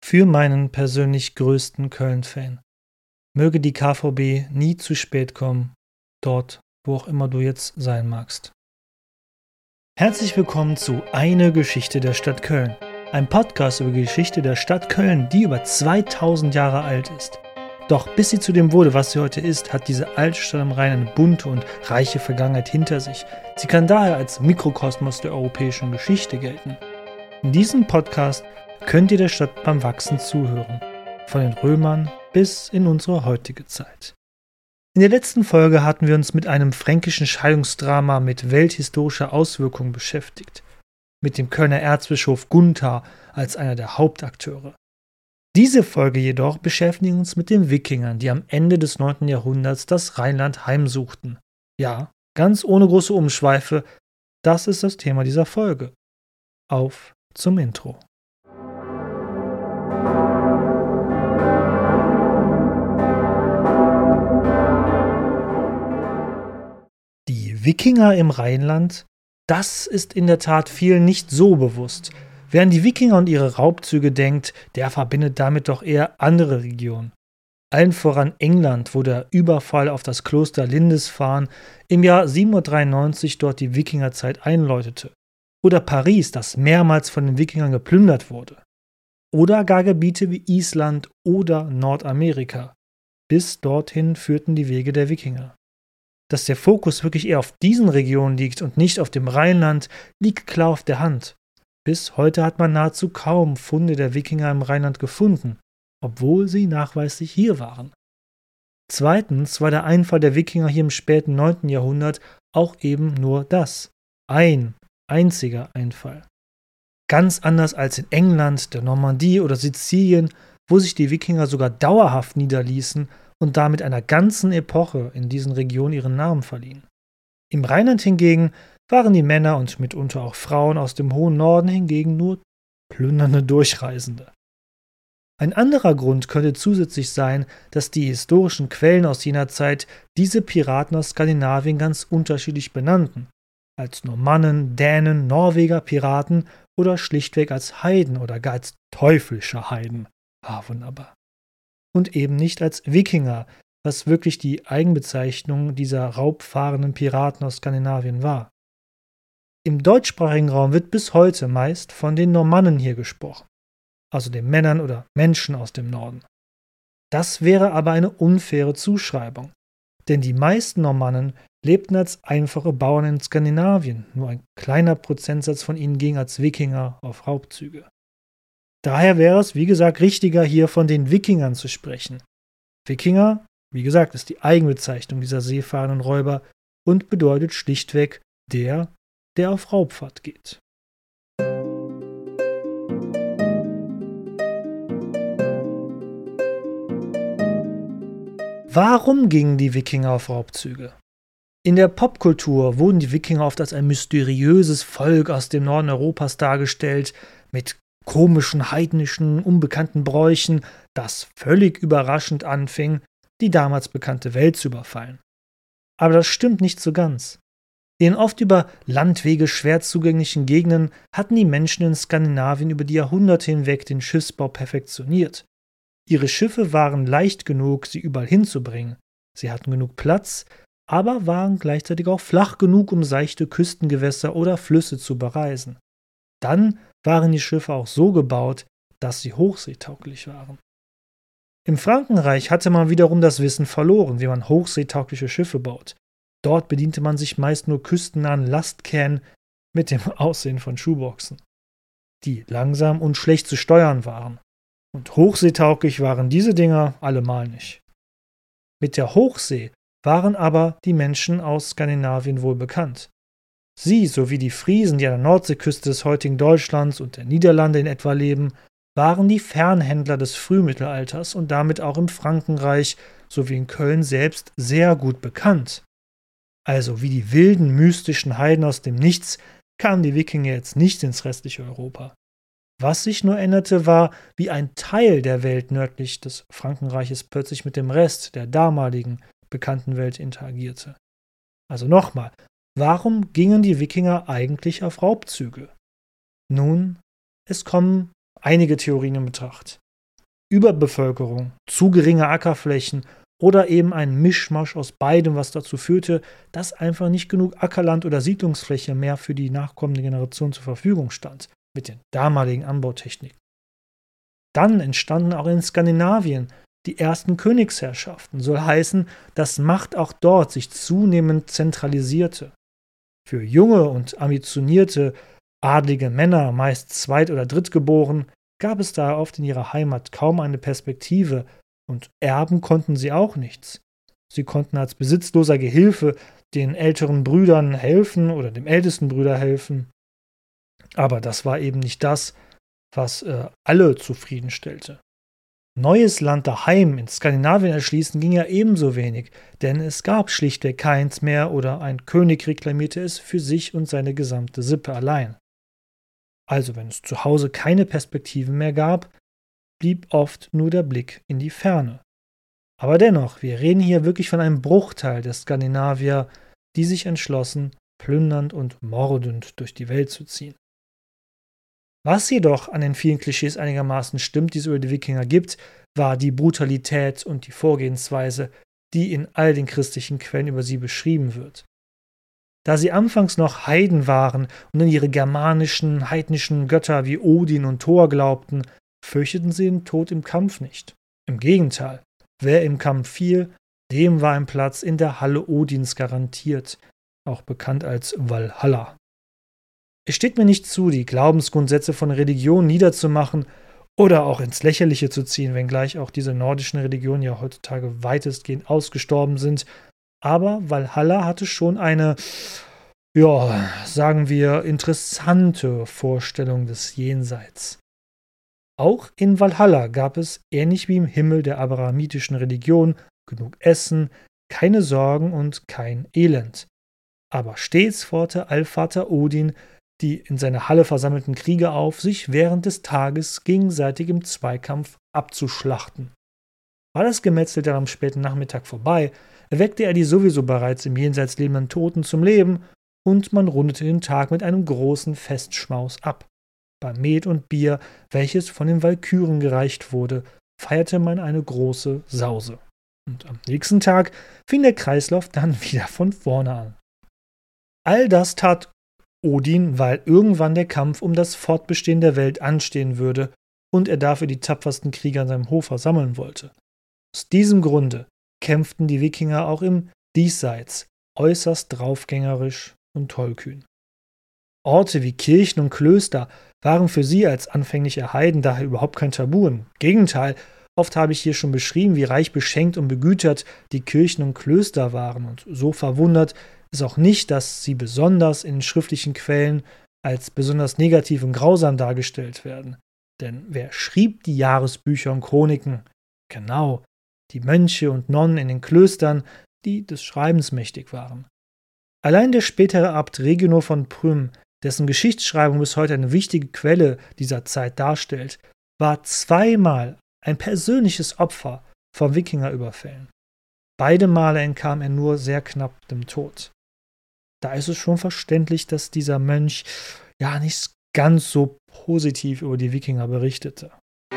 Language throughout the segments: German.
Für meinen persönlich größten Köln-Fan. Möge die KVB nie zu spät kommen, dort, wo auch immer du jetzt sein magst. Herzlich willkommen zu Eine Geschichte der Stadt Köln. Ein Podcast über die Geschichte der Stadt Köln, die über 2000 Jahre alt ist. Doch bis sie zu dem wurde, was sie heute ist, hat diese alte Stadt am Rhein eine bunte und reiche Vergangenheit hinter sich. Sie kann daher als Mikrokosmos der europäischen Geschichte gelten. In diesem Podcast könnt ihr der Stadt beim Wachsen zuhören, von den Römern bis in unsere heutige Zeit. In der letzten Folge hatten wir uns mit einem fränkischen Scheidungsdrama mit welthistorischer Auswirkung beschäftigt, mit dem Kölner Erzbischof Gunther als einer der Hauptakteure. Diese Folge jedoch beschäftigt uns mit den Wikingern, die am Ende des 9. Jahrhunderts das Rheinland heimsuchten. Ja, ganz ohne große Umschweife, das ist das Thema dieser Folge. Auf zum Intro. Die Wikinger im Rheinland, das ist in der Tat vielen nicht so bewusst. Wer an die Wikinger und ihre Raubzüge denkt, der verbindet damit doch eher andere Regionen. Allen voran England, wo der Überfall auf das Kloster Lindisfarne im Jahr 793 dort die Wikingerzeit einläutete. Oder Paris, das mehrmals von den Wikingern geplündert wurde. Oder gar Gebiete wie Island oder Nordamerika. Bis dorthin führten die Wege der Wikinger. Dass der Fokus wirklich eher auf diesen Regionen liegt und nicht auf dem Rheinland, liegt klar auf der Hand. Bis heute hat man nahezu kaum Funde der Wikinger im Rheinland gefunden, obwohl sie nachweislich hier waren. Zweitens war der Einfall der Wikinger hier im späten 9. Jahrhundert auch eben nur das. Ein einziger Einfall. Ganz anders als in England, der Normandie oder Sizilien, wo sich die Wikinger sogar dauerhaft niederließen und damit einer ganzen Epoche in diesen Regionen ihren Namen verliehen. Im Rheinland hingegen waren die Männer und mitunter auch Frauen aus dem hohen Norden hingegen nur plündernde Durchreisende. Ein anderer Grund könnte zusätzlich sein, dass die historischen Quellen aus jener Zeit diese Piraten aus Skandinavien ganz unterschiedlich benannten. Als Normannen, Dänen, Norweger, Piraten oder schlichtweg als Heiden oder gar als teuflische Heiden. Wunderbar. Und eben nicht als Wikinger, was wirklich die Eigenbezeichnung dieser raubfahrenden Piraten aus Skandinavien war. Im deutschsprachigen Raum wird bis heute meist von den Normannen hier gesprochen, also den Männern oder Menschen aus dem Norden. Das wäre aber eine unfaire Zuschreibung, denn die meisten Normannen lebten als einfache Bauern in Skandinavien, nur ein kleiner Prozentsatz von ihnen ging als Wikinger auf Raubzüge. Daher wäre es, wie gesagt, richtiger, hier von den Wikingern zu sprechen. Wikinger, wie gesagt, ist die Eigenbezeichnung dieser seefahrenden Räuber und bedeutet schlichtweg der auf Raubfahrt geht. Warum gingen die Wikinger auf Raubzüge? In der Popkultur wurden die Wikinger oft als ein mysteriöses Volk aus dem Norden Europas dargestellt, mit komischen, heidnischen, unbekannten Bräuchen, das völlig überraschend anfing, die damals bekannte Welt zu überfallen. Aber das stimmt nicht so ganz. In oft über Landwege schwer zugänglichen Gegenden hatten die Menschen in Skandinavien über die Jahrhunderte hinweg den Schiffsbau perfektioniert. Ihre Schiffe waren leicht genug, sie überall hinzubringen. Sie hatten genug Platz, aber waren gleichzeitig auch flach genug, um seichte Küstengewässer oder Flüsse zu bereisen. Dann waren die Schiffe auch so gebaut, dass sie hochseetauglich waren. Im Frankenreich hatte man wiederum das Wissen verloren, wie man hochseetaugliche Schiffe baut. Dort bediente man sich meist nur küstennahen Lastkähnen mit dem Aussehen von Schuhboxen, die langsam und schlecht zu steuern waren. Und hochseetauglich waren diese Dinger allemal nicht. Mit der Hochsee waren aber die Menschen aus Skandinavien wohl bekannt. Sie, sowie die Friesen, die an der Nordseeküste des heutigen Deutschlands und der Niederlande in etwa leben, waren die Fernhändler des Frühmittelalters und damit auch im Frankenreich sowie in Köln selbst sehr gut bekannt. Also wie die wilden, mystischen Heiden aus dem Nichts kamen die Wikinger jetzt nicht ins restliche Europa. Was sich nur änderte, war, wie ein Teil der Welt nördlich des Frankenreiches plötzlich mit dem Rest der damaligen bekannten Welt interagierte. Also nochmal, warum gingen die Wikinger eigentlich auf Raubzüge? Nun, es kommen einige Theorien in Betracht. Überbevölkerung, zu geringe Ackerflächen oder eben ein Mischmasch aus beidem, was dazu führte, dass einfach nicht genug Ackerland oder Siedlungsfläche mehr für die nachkommende Generation zur Verfügung stand, mit den damaligen Anbautechniken. Dann entstanden auch in Skandinavien die ersten Königsherrschaften, soll heißen, dass Macht auch dort sich zunehmend zentralisierte. Für junge und ambitionierte adlige Männer, meist zweit- oder drittgeboren, gab es daher oft in ihrer Heimat kaum eine Perspektive und erben konnten sie auch nichts. Sie konnten als besitzloser Gehilfe den älteren Brüdern helfen oder dem ältesten Bruder helfen, aber das war eben nicht das, was alle zufriedenstellte. Neues Land daheim in Skandinavien erschließen ging ja ebenso wenig, denn es gab schlichtweg keins mehr oder ein König reklamierte es für sich und seine gesamte Sippe allein. Also wenn es zu Hause keine Perspektiven mehr gab, blieb oft nur der Blick in die Ferne. Aber dennoch, wir reden hier wirklich von einem Bruchteil der Skandinavier, die sich entschlossen, plündernd und mordend durch die Welt zu ziehen. Was jedoch an den vielen Klischees einigermaßen stimmt, die es über die Wikinger gibt, war die Brutalität und die Vorgehensweise, die in all den christlichen Quellen über sie beschrieben wird. Da sie anfangs noch Heiden waren und an ihre germanischen, heidnischen Götter wie Odin und Thor glaubten, fürchteten sie den Tod im Kampf nicht. Im Gegenteil, wer im Kampf fiel, dem war ein Platz in der Halle Odins garantiert, auch bekannt als Valhalla. Es steht mir nicht zu, die Glaubensgrundsätze von Religion niederzumachen oder auch ins Lächerliche zu ziehen, wenngleich auch diese nordischen Religionen ja heutzutage weitestgehend ausgestorben sind. Aber Valhalla hatte schon eine, ja, sagen wir, interessante Vorstellung des Jenseits. Auch in Valhalla gab es, ähnlich wie im Himmel der abrahamitischen Religion, genug Essen, keine Sorgen und kein Elend. Aber stets forderte Allvater Odin die in seiner Halle versammelten Krieger auf, sich während des Tages gegenseitig im Zweikampf abzuschlachten. War das Gemetzel dann am späten Nachmittag vorbei, erweckte er die sowieso bereits im Jenseits lebenden Toten zum Leben und man rundete den Tag mit einem großen Festschmaus ab. Bei Met und Bier, welches von den Walküren gereicht wurde, feierte man eine große Sause. Und am nächsten Tag fing der Kreislauf dann wieder von vorne an. All das tat Odin, weil irgendwann der Kampf um das Fortbestehen der Welt anstehen würde und er dafür die tapfersten Krieger an seinem Hof versammeln wollte. Aus diesem Grunde kämpften die Wikinger auch im Diesseits äußerst draufgängerisch und tollkühn. Orte wie Kirchen und Klöster waren für sie als anfängliche Heiden daher überhaupt kein Tabu. Im Gegenteil, oft habe ich hier schon beschrieben, wie reich beschenkt und begütert die Kirchen und Klöster waren und so verwundert ist auch nicht, dass sie besonders in den schriftlichen Quellen als besonders negativ und grausam dargestellt werden. Denn wer schrieb die Jahresbücher und Chroniken? Genau, die Mönche und Nonnen in den Klöstern, die des Schreibens mächtig waren. Allein der spätere Abt Reginor von Prüm, dessen Geschichtsschreibung bis heute eine wichtige Quelle dieser Zeit darstellt, war zweimal ein persönliches Opfer von Wikingerüberfällen. Beide Male entkam er nur sehr knapp dem Tod. Da ist es schon verständlich, dass dieser Mönch ja nicht ganz so positiv über die Wikinger berichtete.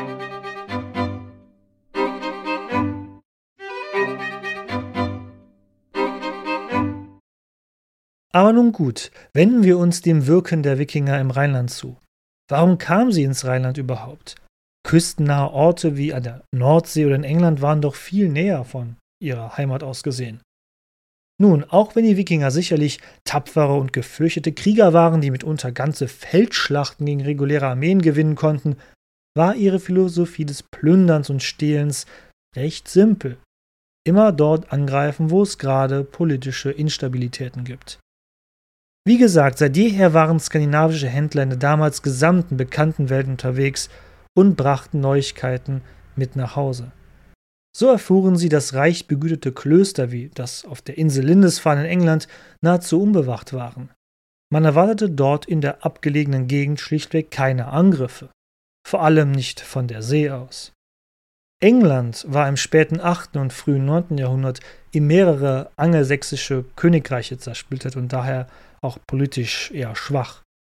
Aber nun gut, wenden wir uns dem Wirken der Wikinger im Rheinland zu. Warum kamen sie ins Rheinland überhaupt? Küstennahe Orte wie an der Nordsee oder in England waren doch viel näher von ihrer Heimat aus gesehen. Nun, auch wenn die Wikinger sicherlich tapfere und gefürchtete Krieger waren, die mitunter ganze Feldschlachten gegen reguläre Armeen gewinnen konnten, war ihre Philosophie des Plünderns und Stehlens recht simpel. Immer dort angreifen, wo es gerade politische Instabilitäten gibt. Wie gesagt, seit jeher waren skandinavische Händler in der damals gesamten bekannten Welt unterwegs und brachten Neuigkeiten mit nach Hause. So erfuhren sie, dass reich begüterte Klöster wie das auf der Insel Lindisfarne in England nahezu unbewacht waren. Man erwartete dort in der abgelegenen Gegend schlichtweg keine Angriffe, vor allem nicht von der See aus. England war im späten 8. und frühen 9. Jahrhundert in mehrere angelsächsische Königreiche zersplittert und daher auch politisch eher schwach.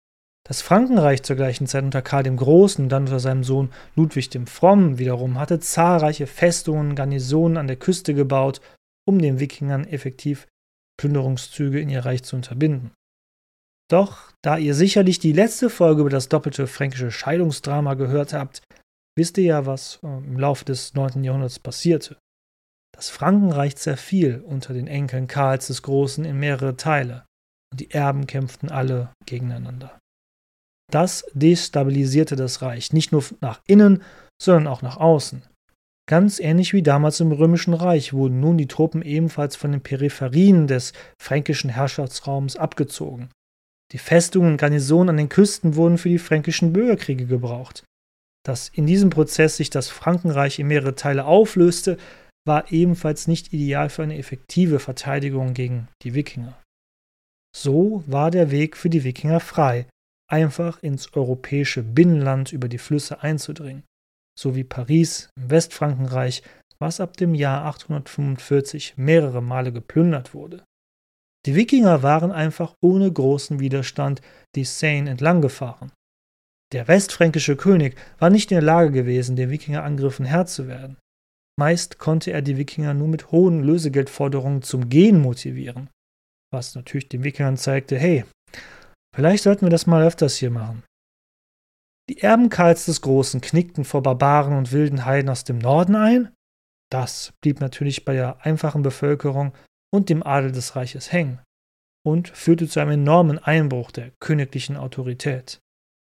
Das Frankenreich zur gleichen Zeit unter Karl dem Großen und dann unter seinem Sohn Ludwig dem Frommen wiederum hatte zahlreiche Festungen, Garnisonen an der Küste gebaut, um den Wikingern effektiv Plünderungszüge in ihr Reich zu unterbinden. Doch, da ihr sicherlich die letzte Folge über das doppelte fränkische Scheidungsdrama gehört habt, wisst ihr ja, was im Laufe des 9. Jahrhunderts passierte. Das Frankenreich zerfiel unter den Enkeln Karls des Großen in mehrere Teile und die Erben kämpften alle gegeneinander. Das destabilisierte das Reich, nicht nur nach innen, sondern auch nach außen. Ganz ähnlich wie damals im Römischen Reich wurden nun die Truppen ebenfalls von den Peripherien des fränkischen Herrschaftsraums abgezogen. Die Festungen und Garnisonen an den Küsten wurden für die fränkischen Bürgerkriege gebraucht. Dass in diesem Prozess sich das Frankenreich in mehrere Teile auflöste, war ebenfalls nicht ideal für eine effektive Verteidigung gegen die Wikinger. So war der Weg für die Wikinger frei, einfach ins europäische Binnenland über die Flüsse einzudringen, so wie Paris im Westfrankenreich, was ab dem Jahr 845 mehrere Male geplündert wurde. Die Wikinger waren einfach ohne großen Widerstand die Seine entlang gefahren. Der westfränkische König war nicht in der Lage gewesen, den Wikingerangriffen Herr zu werden. Meist konnte er die Wikinger nur mit hohen Lösegeldforderungen zum Gehen motivieren, was natürlich den Wikingern zeigte, hey, vielleicht sollten wir das mal öfters hier machen. Die Erben Karls des Großen knickten vor Barbaren und wilden Heiden aus dem Norden ein. Das blieb natürlich bei der einfachen Bevölkerung und dem Adel des Reiches hängen und führte zu einem enormen Einbruch der königlichen Autorität.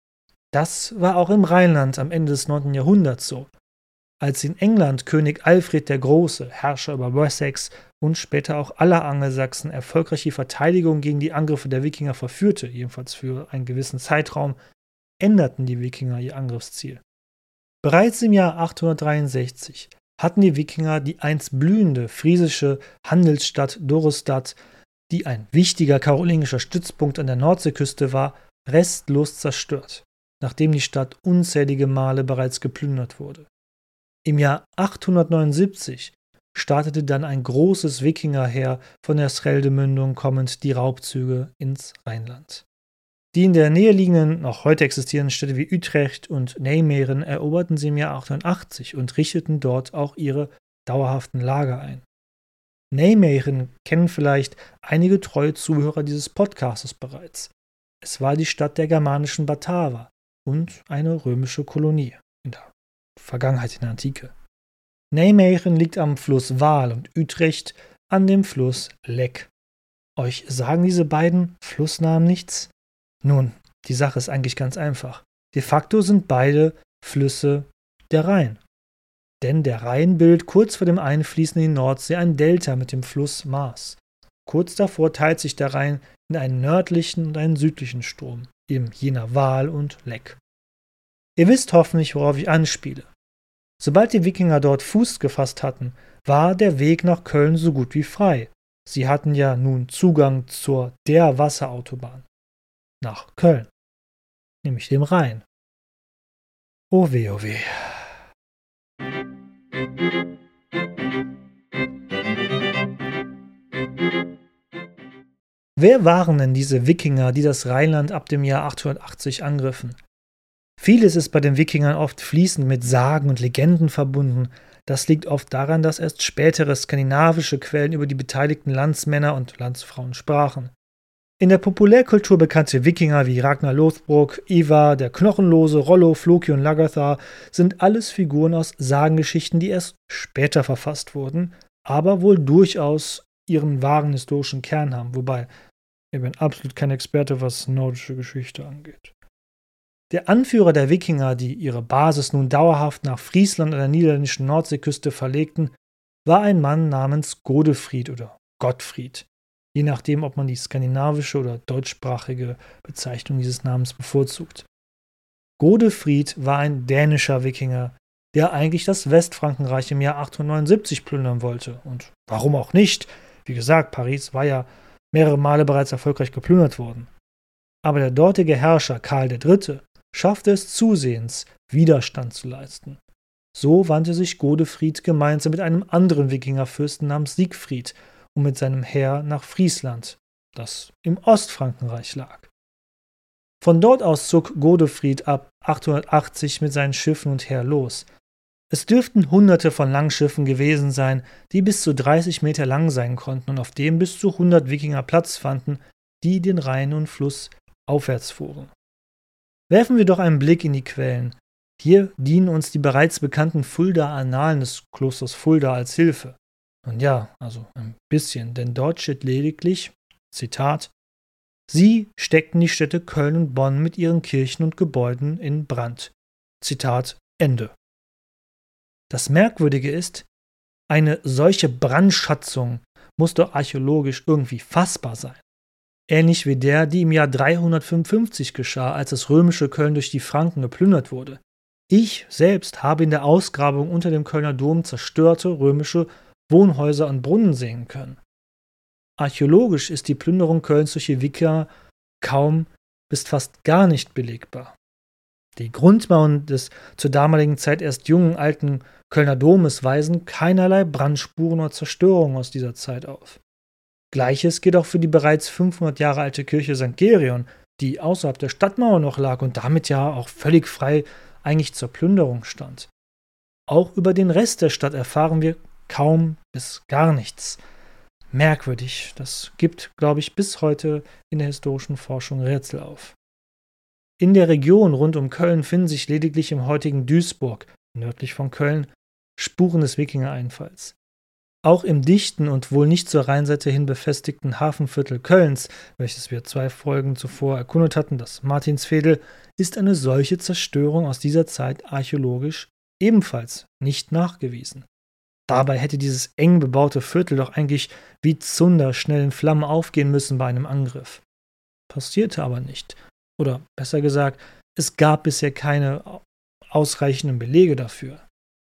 Das war auch im Rheinland am Ende des 9. Jahrhunderts so. Als in England König Alfred der Große, Herrscher über Wessex und später auch aller Angelsachsen, erfolgreich die Verteidigung gegen die Angriffe der Wikinger verführte, jedenfalls für einen gewissen Zeitraum, änderten die Wikinger ihr Angriffsziel. Bereits im Jahr 863 hatten die Wikinger die einst blühende friesische Handelsstadt Dorestad, die ein wichtiger karolingischer Stützpunkt an der Nordseeküste war, restlos zerstört, nachdem die Stadt unzählige Male bereits geplündert wurde. Im Jahr 879 startete dann ein großes Wikingerheer von der Scheldemündung kommend die Raubzüge ins Rheinland. Die in der Nähe liegenden, noch heute existierenden Städte wie Utrecht und Nijmegen eroberten sie im Jahr 880 und richteten dort auch ihre dauerhaften Lager ein. Nijmegen kennen vielleicht einige treue Zuhörer dieses Podcastes bereits. Es war die Stadt der germanischen Bataver und eine römische Kolonie in der Vergangenheit in der Antike. Nijmegen liegt am Fluss Waal und Utrecht an dem Fluss Lek. Euch sagen diese beiden Flussnamen nichts? Nun, die Sache ist eigentlich ganz einfach. De facto sind beide Flüsse der Rhein. Denn der Rhein bildet kurz vor dem Einfließen in die Nordsee ein Delta mit dem Fluss Maas. Kurz davor teilt sich der Rhein in einen nördlichen und einen südlichen Strom, eben jener Waal und Lek. Ihr wisst hoffentlich, worauf ich anspiele. Sobald die Wikinger dort Fuß gefasst hatten, war der Weg nach Köln so gut wie frei. Sie hatten ja nun Zugang zur der Wasserautobahn. Nach Köln. Nämlich dem Rhein. Oh weh, oh weh. Wer waren denn diese Wikinger, die das Rheinland ab dem Jahr 880 angriffen? Vieles ist bei den Wikingern oft fließend mit Sagen und Legenden verbunden. Das liegt oft daran, dass erst spätere skandinavische Quellen über die beteiligten Landsmänner und Landsfrauen sprachen. In der Populärkultur bekannte Wikinger wie Ragnar Lothbrok, Ivar, der Knochenlose, Rollo, Floki und Lagathar sind alles Figuren aus Sagengeschichten, die erst später verfasst wurden, aber wohl durchaus ihren wahren historischen Kern haben, wobei ich bin absolut kein Experte, was nordische Geschichte angeht. Der Anführer der Wikinger, die ihre Basis nun dauerhaft nach Friesland an der niederländischen Nordseeküste verlegten, war ein Mann namens Godefried oder Gottfried, je nachdem, ob man die skandinavische oder deutschsprachige Bezeichnung dieses Namens bevorzugt. Godefried war ein dänischer Wikinger, der eigentlich das Westfrankenreich im Jahr 879 plündern wollte. Und warum auch nicht? Wie gesagt, Paris war ja mehrere Male bereits erfolgreich geplündert worden. Aber der dortige Herrscher Karl III. Schaffte es zusehends, Widerstand zu leisten. So wandte sich Godefried gemeinsam mit einem anderen Wikingerfürsten namens Siegfried und mit seinem Heer nach Friesland, das im Ostfrankenreich lag. Von dort aus zog Godefried ab 880 mit seinen Schiffen und Heer los. Es dürften Hunderte von Langschiffen gewesen sein, die bis zu 30 Meter lang sein konnten und auf dem bis zu 100 Wikinger Platz fanden, die den Rhein und Fluss aufwärts fuhren. Werfen wir doch einen Blick in die Quellen. Hier dienen uns die bereits bekannten Fuldaer Annalen des Klosters Fulda als Hilfe. Und ja, also ein bisschen, denn dort steht lediglich, Zitat, sie steckten die Städte Köln und Bonn mit ihren Kirchen und Gebäuden in Brand. Zitat Ende. Das Merkwürdige ist, eine solche Brandschatzung muss doch archäologisch irgendwie fassbar sein. Ähnlich wie der, die im Jahr 355 geschah, als das römische Köln durch die Franken geplündert wurde. Ich selbst habe in der Ausgrabung unter dem Kölner Dom zerstörte römische Wohnhäuser und Brunnen sehen können. Archäologisch ist die Plünderung Kölns durch die Wikinger kaum bis fast gar nicht belegbar. Die Grundmauern des zur damaligen Zeit erst jungen alten Kölner Domes weisen keinerlei Brandspuren oder Zerstörungen aus dieser Zeit auf. Gleiches gilt auch für die bereits 500 Jahre alte Kirche St. Gerion, die außerhalb der Stadtmauer noch lag und damit ja auch völlig frei eigentlich zur Plünderung stand. Auch über den Rest der Stadt erfahren wir kaum bis gar nichts. Merkwürdig, das gibt, glaube ich, bis heute in der historischen Forschung Rätsel auf. In der Region rund um Köln finden sich lediglich im heutigen Duisburg, nördlich von Köln, Spuren des Wikinger-Einfalls. Auch im dichten und wohl nicht zur Rheinseite hin befestigten Hafenviertel Kölns, welches wir 2 Folgen zuvor erkundet hatten, das Martinsveedel, ist eine solche Zerstörung aus dieser Zeit archäologisch ebenfalls nicht nachgewiesen. Dabei hätte dieses eng bebaute Viertel doch eigentlich wie Zunder schnell in Flammen aufgehen müssen bei einem Angriff. Passierte aber nicht. Oder besser gesagt, es gab bisher keine ausreichenden Belege dafür.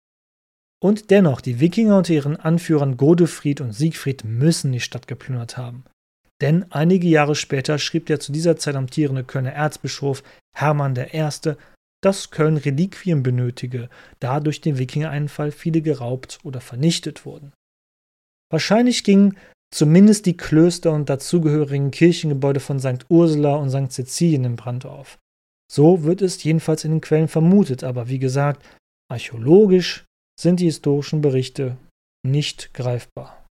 Und dennoch, die Wikinger unter ihren Anführern Godefried und Siegfried müssen die Stadt geplündert haben. Denn einige Jahre später schrieb der zu dieser Zeit amtierende Kölner Erzbischof Hermann I., dass Köln Reliquien benötige, da durch den Wikingereinfall viele geraubt oder vernichtet wurden. Wahrscheinlich gingen zumindest die Klöster und dazugehörigen Kirchengebäude von St. Ursula und St. Cäcilien in Brand auf. So wird es jedenfalls in den Quellen vermutet, aber wie gesagt, archäologisch sind die historischen Berichte nicht greifbar.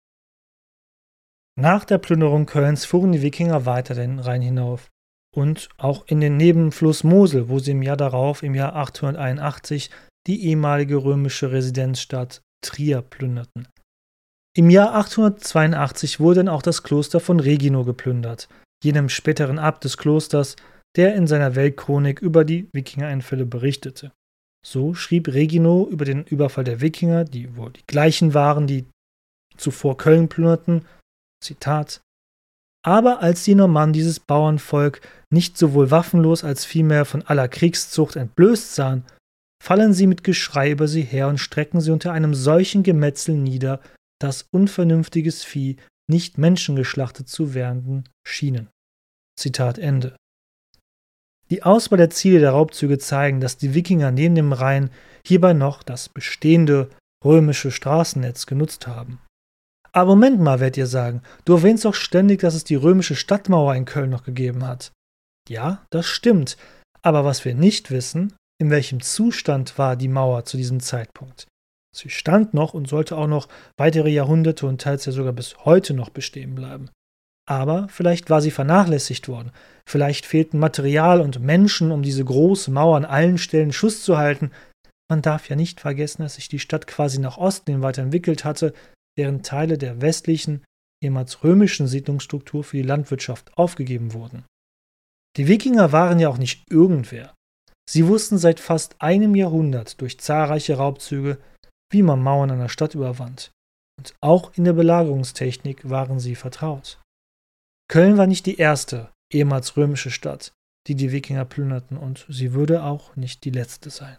Nach der Plünderung Kölns fuhren die Wikinger weiter den Rhein hinauf und auch in den Nebenfluss Mosel, wo sie im Jahr darauf, im Jahr 881, die ehemalige römische Residenzstadt Trier plünderten. Im Jahr 882 wurde dann auch das Kloster von Regino geplündert, jenem späteren Abt des Klosters, der in seiner Weltchronik über die Wikingereinfälle berichtete. So schrieb Regino über den Überfall der Wikinger, die wohl die gleichen waren, die zuvor Köln plünderten, Zitat: Aber als die Normannen dieses Bauernvolk nicht sowohl waffenlos als vielmehr von aller Kriegszucht entblößt sahen, fallen sie mit Geschrei über sie her und strecken sie unter einem solchen Gemetzel nieder, dass unvernünftiges Vieh nicht menschengeschlachtet zu werden schienen. Zitat Ende. Die Auswahl der Ziele der Raubzüge zeigen, dass die Wikinger neben dem Rhein hierbei noch das bestehende römische Straßennetz genutzt haben. Aber Moment mal, werdet ihr sagen, du erwähnst doch ständig, dass es die römische Stadtmauer in Köln noch gegeben hat. Ja, das stimmt, aber was wir nicht wissen, in welchem Zustand war die Mauer zu diesem Zeitpunkt. Sie stand noch und sollte auch noch weitere Jahrhunderte und teils ja sogar bis heute noch bestehen bleiben. Aber vielleicht war sie vernachlässigt worden. Vielleicht fehlten Material und Menschen, um diese große Mauer an allen Stellen in Schuss zu halten. Man darf ja nicht vergessen, dass sich die Stadt quasi nach Osten hin weiterentwickelt hatte, während Teile der westlichen, ehemals römischen Siedlungsstruktur für die Landwirtschaft aufgegeben wurden. Die Wikinger waren ja auch nicht irgendwer. Sie wussten seit fast einem Jahrhundert durch zahlreiche Raubzüge, wie man Mauern einer Stadt überwand. Und auch in der Belagerungstechnik waren sie vertraut. Köln war nicht die erste, ehemals römische Stadt, die die Wikinger plünderten, und sie würde auch nicht die letzte sein.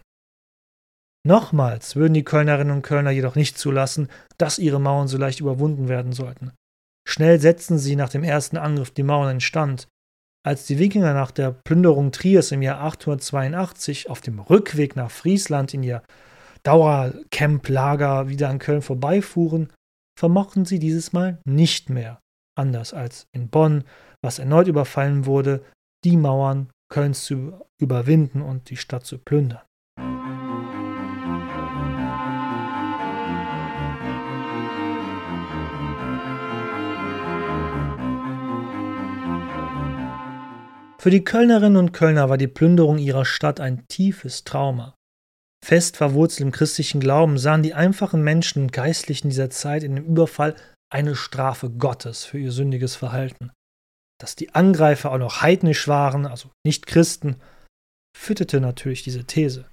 Nochmals würden die Kölnerinnen und Kölner jedoch nicht zulassen, dass ihre Mauern so leicht überwunden werden sollten. Schnell setzten sie nach dem ersten Angriff die Mauern instand. Als die Wikinger nach der Plünderung Triers im Jahr 882 auf dem Rückweg nach Friesland in ihr Dauercamp-Lager wieder an Köln vorbeifuhren, vermochten sie dieses Mal nicht mehr, anders als in Bonn, was erneut überfallen wurde, die Mauern Kölns zu überwinden und die Stadt zu plündern. Für die Kölnerinnen und Kölner war die Plünderung ihrer Stadt ein tiefes Trauma. Fest verwurzelt im christlichen Glauben sahen die einfachen Menschen und Geistlichen dieser Zeit in dem Überfall eine Strafe Gottes für ihr sündiges Verhalten. Dass die Angreifer auch noch heidnisch waren, also nicht Christen, fütterte natürlich diese These.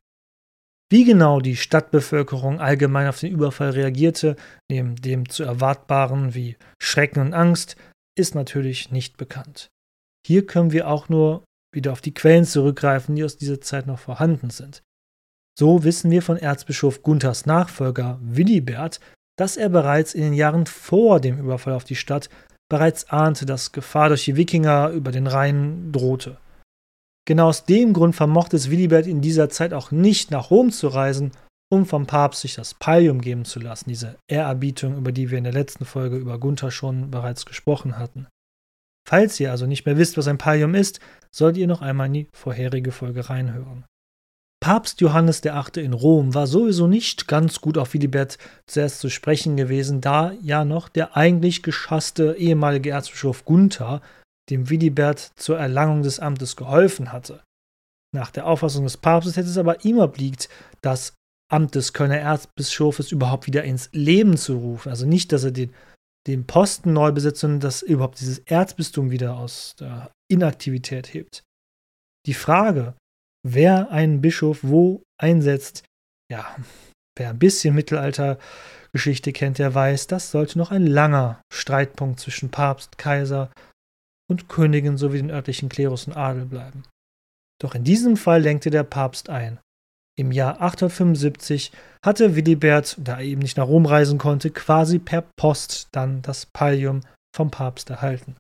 Wie genau die Stadtbevölkerung allgemein auf den Überfall reagierte, neben dem zu erwartbaren wie Schrecken und Angst, ist natürlich nicht bekannt. Hier können wir auch nur wieder auf die Quellen zurückgreifen, die aus dieser Zeit noch vorhanden sind. So wissen wir von Erzbischof Gunthers Nachfolger Willibert, dass er bereits in den Jahren vor dem Überfall auf die Stadt bereits ahnte, dass Gefahr durch die Wikinger über den Rhein drohte. Genau aus dem Grund vermochte es Willibert in dieser Zeit auch nicht nach Rom zu reisen, um vom Papst sich das Pallium geben zu lassen, diese Ehrerbietung, über die wir in der letzten Folge über Gunther schon bereits gesprochen hatten. Falls ihr also nicht mehr wisst, was ein Pallium ist, solltet ihr noch einmal in die vorherige Folge reinhören. Papst Johannes VIII. In Rom war sowieso nicht ganz gut auf Willibert zuerst zu sprechen gewesen, da ja noch der eigentlich geschasste ehemalige Erzbischof Gunther dem Willibert zur Erlangung des Amtes geholfen hatte. Nach der Auffassung des Papstes hätte es aber ihm obliegt, das Amt des Kölner Erzbischofes überhaupt wieder ins Leben zu rufen. Also nicht, dass er den Posten neu besetzt, sondern dass überhaupt dieses Erzbistum wieder aus der Inaktivität hebt. Die Frage, wer einen Bischof wo einsetzt, ja, wer ein bisschen Mittelaltergeschichte kennt, der weiß, das sollte noch ein langer Streitpunkt zwischen Papst, Kaiser und Königin sowie den örtlichen Klerus und Adel bleiben. Doch in diesem Fall lenkte der Papst ein. Im Jahr 875 hatte Willibert, da er eben nicht nach Rom reisen konnte, quasi per Post dann das Pallium vom Papst erhalten.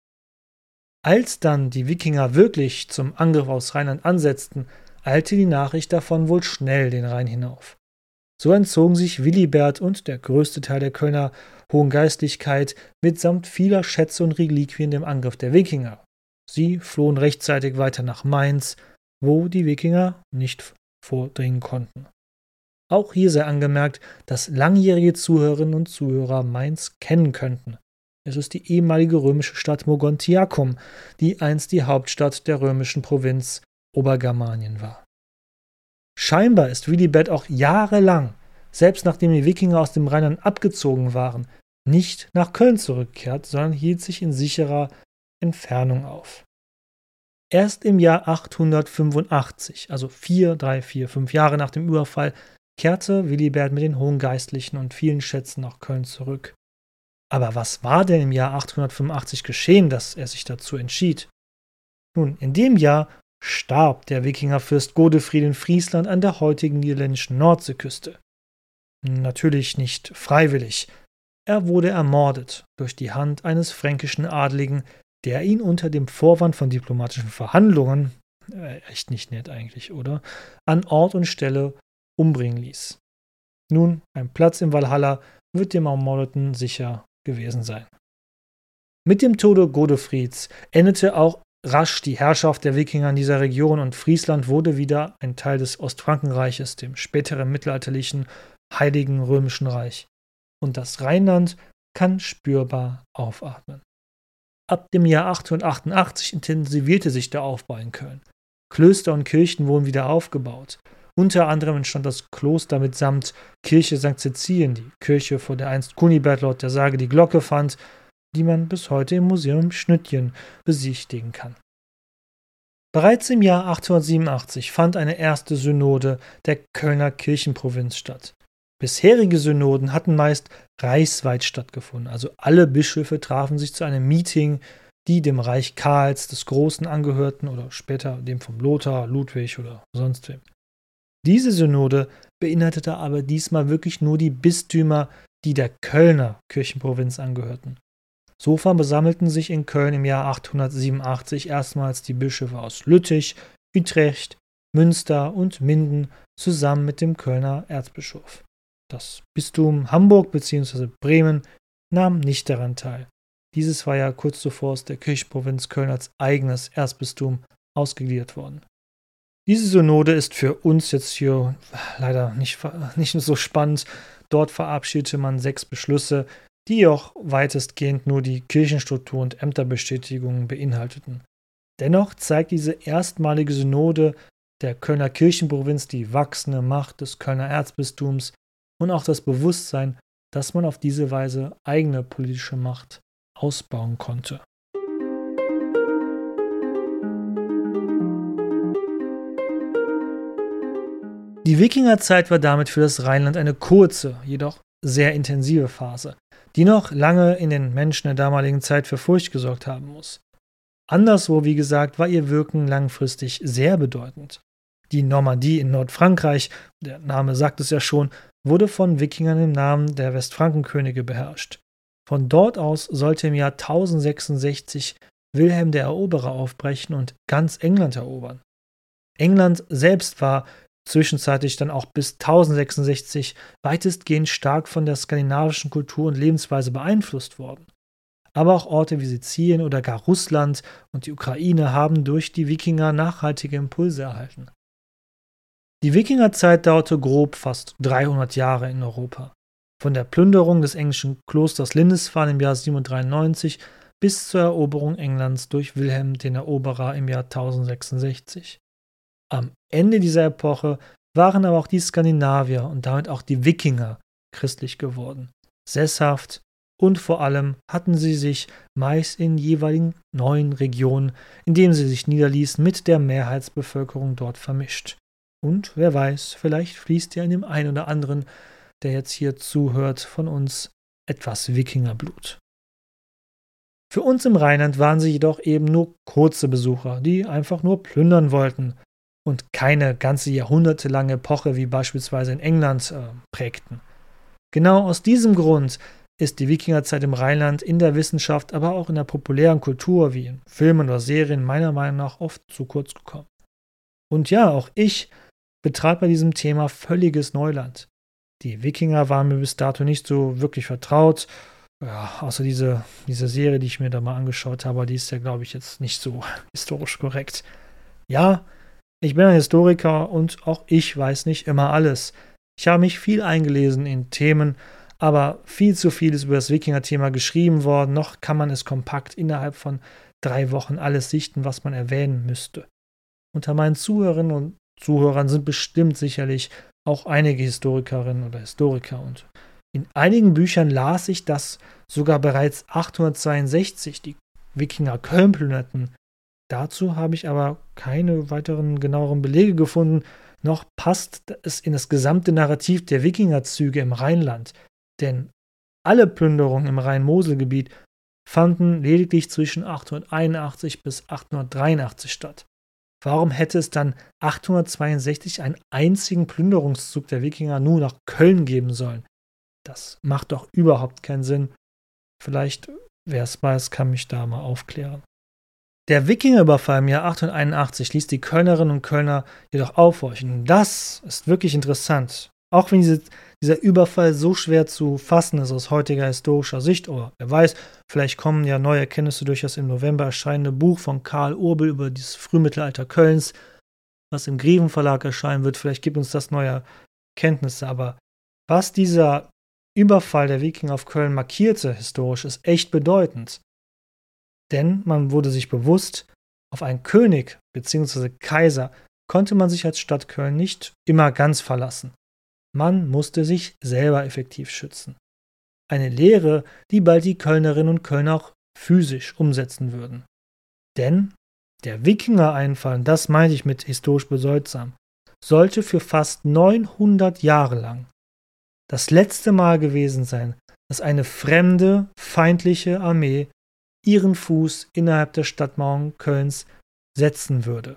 Als dann die Wikinger wirklich zum Angriff aus Rheinland ansetzten, eilte die Nachricht davon wohl schnell den Rhein hinauf. So entzogen sich Willibert und der größte Teil der Kölner Hohen Geistlichkeit mitsamt vieler Schätze und Reliquien dem Angriff der Wikinger. Sie flohen rechtzeitig weiter nach Mainz, wo die Wikinger nicht vordringen konnten. Auch hier sei angemerkt, dass langjährige Zuhörerinnen und Zuhörer Mainz kennen könnten. Es ist die ehemalige römische Stadt Mogontiacum, die einst die Hauptstadt der römischen Provinz Obergermanien war. Scheinbar ist Willibert auch jahrelang, selbst nachdem die Wikinger aus dem Rheinland abgezogen waren, nicht nach Köln zurückgekehrt, sondern hielt sich in sicherer Entfernung auf. Erst im Jahr 885, also 5 Jahre nach dem Überfall, kehrte Willibert mit den hohen Geistlichen und vielen Schätzen nach Köln zurück. Aber was war denn im Jahr 885 geschehen, dass er sich dazu entschied? Nun, in dem Jahr starb der Wikingerfürst Godefried in Friesland an der heutigen niederländischen Nordseeküste. Natürlich nicht freiwillig. Er wurde ermordet durch die Hand eines fränkischen Adligen, der ihn unter dem Vorwand von diplomatischen Verhandlungen, echt nicht nett eigentlich, oder, an Ort und Stelle umbringen ließ. Nun, ein Platz im Walhalla wird dem Ermordeten sicher gewesen sein. Mit dem Tode Godefrieds endete auch rasch die Herrschaft der Wikinger in dieser Region und Friesland wurde wieder ein Teil des Ostfrankenreiches, dem späteren mittelalterlichen Heiligen Römischen Reich. Und das Rheinland kann spürbar aufatmen. Ab dem Jahr 888 intensivierte sich der Aufbau in Köln. Klöster und Kirchen wurden wieder aufgebaut. Unter anderem entstand das Kloster mitsamt Kirche St. Cäcilien, die Kirche, vor der einst Kunibert laut der Sage die Glocke fand, die man bis heute im Museum Schnüttchen besichtigen kann. Bereits im Jahr 887 fand eine erste Synode der Kölner Kirchenprovinz statt. Bisherige Synoden hatten meist reichsweit stattgefunden, also alle Bischöfe trafen sich zu einem Meeting, die dem Reich Karls des Großen angehörten oder später dem vom Lothar, Ludwig oder sonst wem. Diese Synode beinhaltete aber diesmal wirklich nur die Bistümer, die der Kölner Kirchenprovinz angehörten. So versammelten sich in Köln im Jahr 887 erstmals die Bischöfe aus Lüttich, Utrecht, Münster und Minden zusammen mit dem Kölner Erzbischof. Das Bistum Hamburg bzw. Bremen nahm nicht daran teil. Dieses war ja kurz zuvor aus der Kirchenprovinz Köln als eigenes Erzbistum ausgegliedert worden. Diese Synode ist für uns jetzt hier leider nicht so spannend. Dort verabschiedete man 6 Beschlüsse, die auch weitestgehend nur die Kirchenstruktur und Ämterbestätigungen beinhalteten. Dennoch zeigt diese erstmalige Synode der Kölner Kirchenprovinz die wachsende Macht des Kölner Erzbistums und auch das Bewusstsein, dass man auf diese Weise eigene politische Macht ausbauen konnte. Die Wikingerzeit war damit für das Rheinland eine kurze, jedoch sehr intensive Phase, die noch lange in den Menschen der damaligen Zeit für Furcht gesorgt haben muss. Anderswo, wie gesagt, war ihr Wirken langfristig sehr bedeutend. Die Normandie in Nordfrankreich, der Name sagt es ja schon, wurde von Wikingern im Namen der Westfrankenkönige beherrscht. Von dort aus sollte im Jahr 1066 Wilhelm der Eroberer aufbrechen und ganz England erobern. England selbst war zwischenzeitlich dann auch bis 1066 weitestgehend stark von der skandinavischen Kultur und Lebensweise beeinflusst worden. Aber auch Orte wie Sizilien oder gar Russland und die Ukraine haben durch die Wikinger nachhaltige Impulse erhalten. Die Wikingerzeit dauerte grob fast 300 Jahre in Europa. Von der Plünderung des englischen Klosters Lindisfarne im Jahr 793 bis zur Eroberung Englands durch Wilhelm den Eroberer im Jahr 1066. Am Ende dieser Epoche waren aber auch die Skandinavier und damit auch die Wikinger christlich geworden, sesshaft und vor allem hatten sie sich meist in jeweiligen neuen Regionen, in denen sie sich niederließen, mit der Mehrheitsbevölkerung dort vermischt. Und wer weiß, vielleicht fließt ja in dem einen oder anderen, der jetzt hier zuhört, von uns etwas Wikingerblut. Für uns im Rheinland waren sie jedoch eben nur kurze Besucher, die einfach nur plündern wollten und keine ganze jahrhundertelange Epoche wie beispielsweise in England prägten. Genau aus diesem Grund ist die Wikingerzeit im Rheinland in der Wissenschaft, aber auch in der populären Kultur wie in Filmen oder Serien meiner Meinung nach oft zu kurz gekommen. Und ja, auch ich betrat bei diesem Thema völliges Neuland. Die Wikinger waren mir bis dato nicht so wirklich vertraut, ja, außer diese Serie, die ich mir da mal angeschaut habe, die ist ja, glaube ich, jetzt nicht so historisch korrekt. Ja, ich bin ein Historiker und auch ich weiß nicht immer alles. Ich habe mich viel eingelesen in Themen, aber viel zu viel ist über das Wikinger-Thema geschrieben worden. Noch kann man es kompakt innerhalb von 3 Wochen alles sichten, was man erwähnen müsste. Unter meinen Zuhörerinnen und Zuhörern sind bestimmt sicherlich auch einige Historikerinnen oder Historiker. Und in einigen Büchern las ich, dass sogar bereits 862 die Wikinger Köln plünderten. Dazu habe ich aber keine weiteren genaueren Belege gefunden, noch passt es in das gesamte Narrativ der Wikingerzüge im Rheinland. Denn alle Plünderungen im Rhein-Mosel-Gebiet fanden lediglich zwischen 881 bis 883 statt. Warum hätte es dann 862 einen einzigen Plünderungszug der Wikinger nur nach Köln geben sollen? Das macht doch überhaupt keinen Sinn. Vielleicht, wer es weiß, kann mich da mal aufklären. Der Wikingerüberfall im Jahr 881 ließ die Kölnerinnen und Kölner jedoch aufhorchen. Das ist wirklich interessant. Auch wenn dieser Überfall so schwer zu fassen ist aus heutiger historischer Sicht, oder wer weiß, vielleicht kommen ja neue Erkenntnisse durch das im November erscheinende Buch von Karl Urbel über das Frühmittelalter Kölns, was im Greven Verlag erscheinen wird. Vielleicht gibt uns das neue Kenntnisse. Aber was dieser Überfall der Wikinger auf Köln markierte historisch, ist echt bedeutend. Denn man wurde sich bewusst, auf einen König bzw. Kaiser konnte man sich als Stadt Köln nicht immer ganz verlassen. Man musste sich selber effektiv schützen. Eine Lehre, die bald die Kölnerinnen und Kölner auch physisch umsetzen würden. Denn der Wikinger-Einfall, und das meine ich mit historisch bedeutsam, sollte für fast 900 Jahre lang das letzte Mal gewesen sein, dass eine fremde, feindliche Armee ihren Fuß innerhalb der Stadtmauern Kölns setzen würde.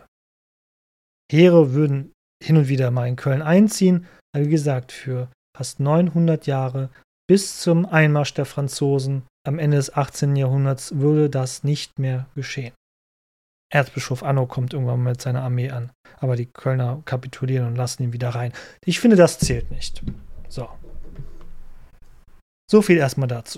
Heere würden hin und wieder mal in Köln einziehen, aber wie gesagt, für fast 900 Jahre bis zum Einmarsch der Franzosen am Ende des 18. Jahrhunderts würde das nicht mehr geschehen. Erzbischof Anno kommt irgendwann mit seiner Armee an, aber die Kölner kapitulieren und lassen ihn wieder rein. Ich finde, das zählt nicht. So viel erstmal dazu.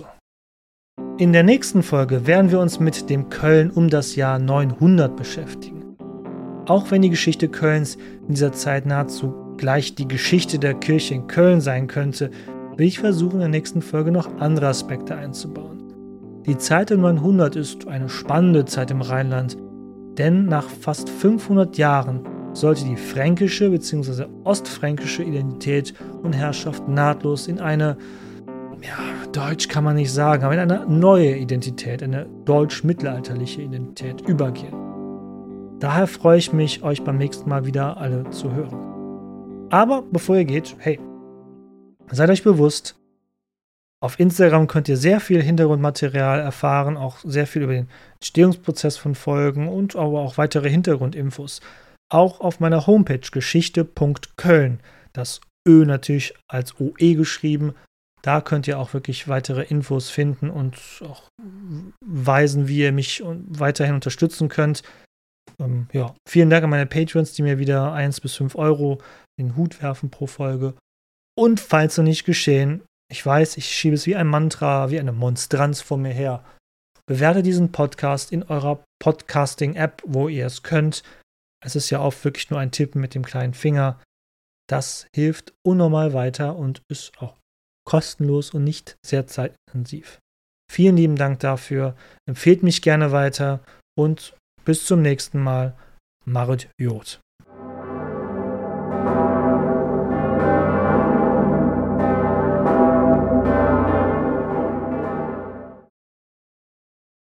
In der nächsten Folge werden wir uns mit dem Köln um das Jahr 900 beschäftigen. Auch wenn die Geschichte Kölns in dieser Zeit nahezu gleich die Geschichte der Kirche in Köln sein könnte, will ich versuchen, in der nächsten Folge noch andere Aspekte einzubauen. Die Zeit um 900 ist eine spannende Zeit im Rheinland, denn nach fast 500 Jahren sollte die fränkische bzw. ostfränkische Identität und Herrschaft nahtlos in eine, deutsch kann man nicht sagen, aber in eine neue Identität, eine deutsch-mittelalterliche Identität übergehen. Daher freue ich mich, euch beim nächsten Mal wieder alle zu hören. Aber bevor ihr geht, hey, seid euch bewusst, auf Instagram könnt ihr sehr viel Hintergrundmaterial erfahren, auch sehr viel über den Entstehungsprozess von Folgen und aber auch weitere Hintergrundinfos. Auch auf meiner Homepage geschichte.köln, das Ö natürlich als OE geschrieben, da könnt ihr auch wirklich weitere Infos finden und auch weisen, wie ihr mich weiterhin unterstützen könnt. Vielen Dank an meine Patrons, die mir wieder 1 bis 5 Euro in den Hut werfen pro Folge. Und falls noch nicht geschehen, ich weiß, ich schiebe es wie ein Mantra, wie eine Monstranz vor mir her. Bewertet diesen Podcast in eurer Podcasting-App, wo ihr es könnt. Es ist ja oft wirklich nur ein Tippen mit dem kleinen Finger. Das hilft unnormal weiter und ist auch kostenlos und nicht sehr zeitintensiv. Vielen lieben Dank dafür. Empfehlt mich gerne weiter und bis zum nächsten Mal. Marit Jod.